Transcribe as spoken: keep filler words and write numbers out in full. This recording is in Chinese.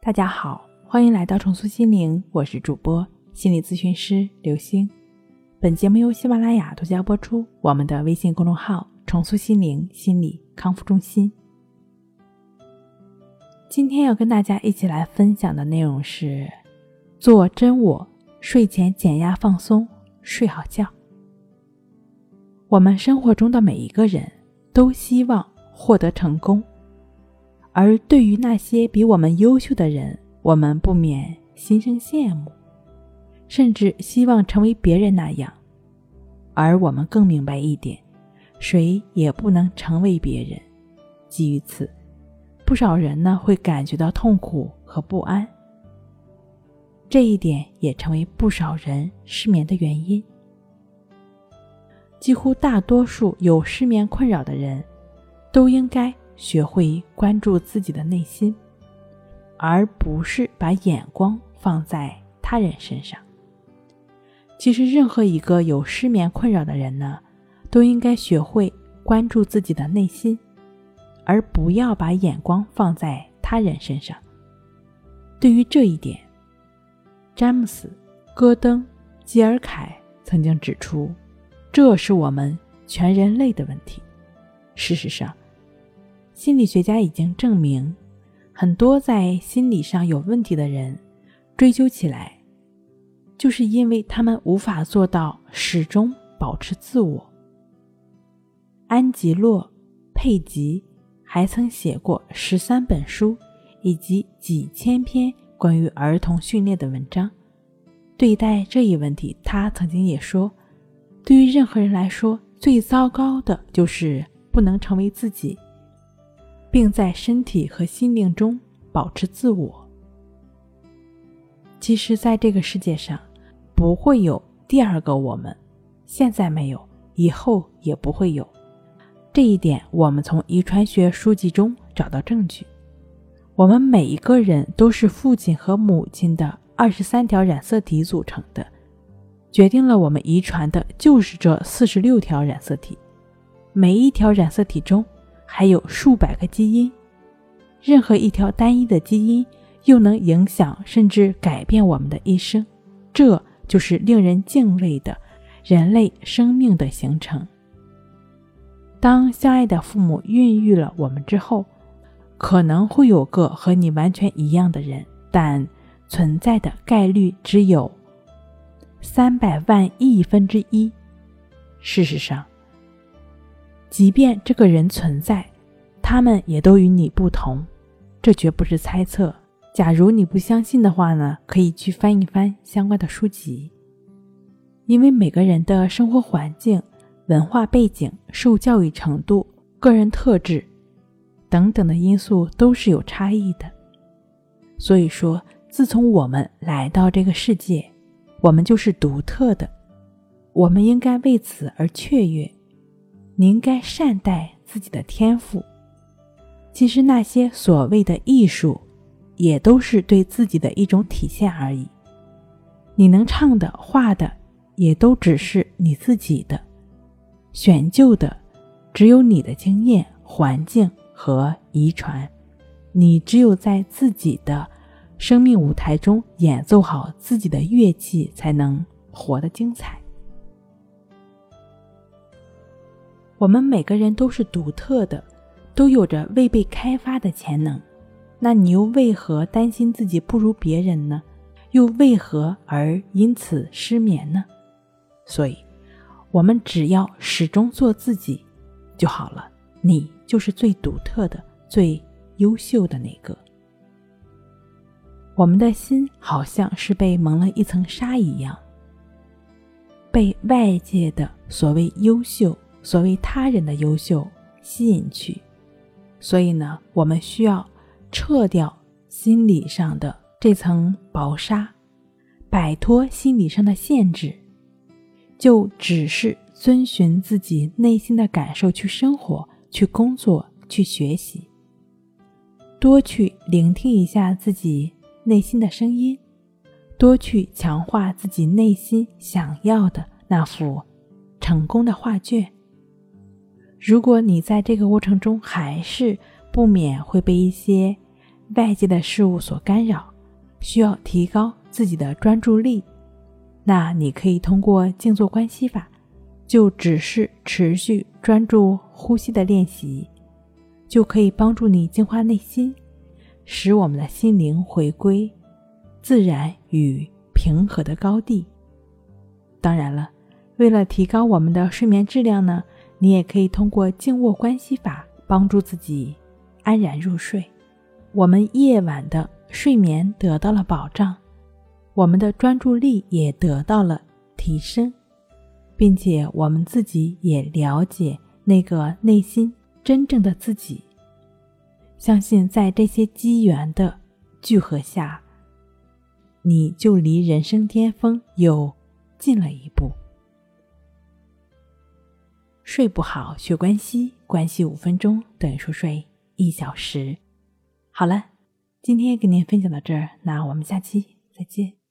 大家好，欢迎来到重塑心灵，我是主播心理咨询师刘星。本节目由喜马拉雅独家播出，我们的微信公众号重塑心灵心理康复中心。今天要跟大家一起来分享的内容是做真我，睡前减压放松，睡好觉。我们生活中的每一个人都希望获得成功，而对于那些比我们优秀的人，我们不免心生羡慕，甚至希望成为别人那样。而我们更明白一点，谁也不能成为别人。基于此，不少人呢会感觉到痛苦和不安，这一点也成为不少人失眠的原因。几乎大多数有失眠困扰的人都应该学会关注自己的内心，而不是把眼光放在他人身上。其实任何一个有失眠困扰的人呢，都应该学会关注自己的内心，而不要把眼光放在他人身上。对于这一点，詹姆斯·戈登·基尔凯曾经指出，这是我们全人类的问题。事实上，心理学家已经证明，很多在心理上有问题的人，追究起来，就是因为他们无法做到始终保持自我。安吉洛·佩吉还曾写过十三本书以及几千篇关于儿童训练的文章。对待这一问题，他曾经也说，对于任何人来说，最糟糕的就是不能成为自己，并在身体和心灵中保持自我。其实在这个世界上，不会有第二个我们，现在没有，以后也不会有。这一点我们从遗传学书籍中找到证据。我们每一个人都是父亲和母亲的二十三条染色体组成的，决定了我们遗传的就是这四十六条染色体。每一条染色体中还有数百个基因，任何一条单一的基因又能影响甚至改变我们的一生。这就是令人敬畏的人类生命的形成。当相爱的父母孕育了我们之后，可能会有个和你完全一样的人，但存在的概率只有三百万亿分之一。事实上，即便这个人存在，他们也都与你不同，这绝不是猜测。假如你不相信的话呢，可以去翻一翻相关的书籍。因为每个人的生活环境、文化背景、受教育程度、个人特质等等的因素都是有差异的。所以说，自从我们来到这个世界，我们就是独特的，我们应该为此而雀跃。你应该善待自己的天赋。其实那些所谓的艺术，也都是对自己的一种体现而已。你能唱的、画的，也都只是你自己的，选就的只有你的经验、环境和遗传。你只有在自己的生命舞台中演奏好自己的乐器，才能活得精彩。我们每个人都是独特的，都有着未被开发的潜能。那你又为何担心自己不如别人呢？又为何而因此失眠呢？所以，我们只要始终做自己就好了。你就是最独特的、最优秀的那个。我们的心好像是被蒙了一层纱一样，被外界的所谓优秀、所谓他人的优秀吸引去。所以呢，我们需要撤掉心理上的这层薄纱，摆脱心理上的限制，就只是遵循自己内心的感受去生活、去工作、去学习。多去聆听一下自己内心的声音，多去强化自己内心想要的那幅成功的画卷。如果你在这个过程中还是不免会被一些外界的事物所干扰，需要提高自己的专注力，那你可以通过静坐观息法，就只是持续专注呼吸的练习，就可以帮助你净化内心，使我们的心灵回归自然与平和的高地。当然了，为了提高我们的睡眠质量呢，你也可以通过静卧观息法帮助自己安然入睡。我们夜晚的睡眠得到了保障，我们的专注力也得到了提升，并且我们自己也了解那个内心真正的自己。相信在这些机缘的聚合下，你就离人生巅峰又近了一步。睡不好学关息，关系五分钟等于熟睡一小时。好了，今天跟您分享到这儿，那我们下期再见。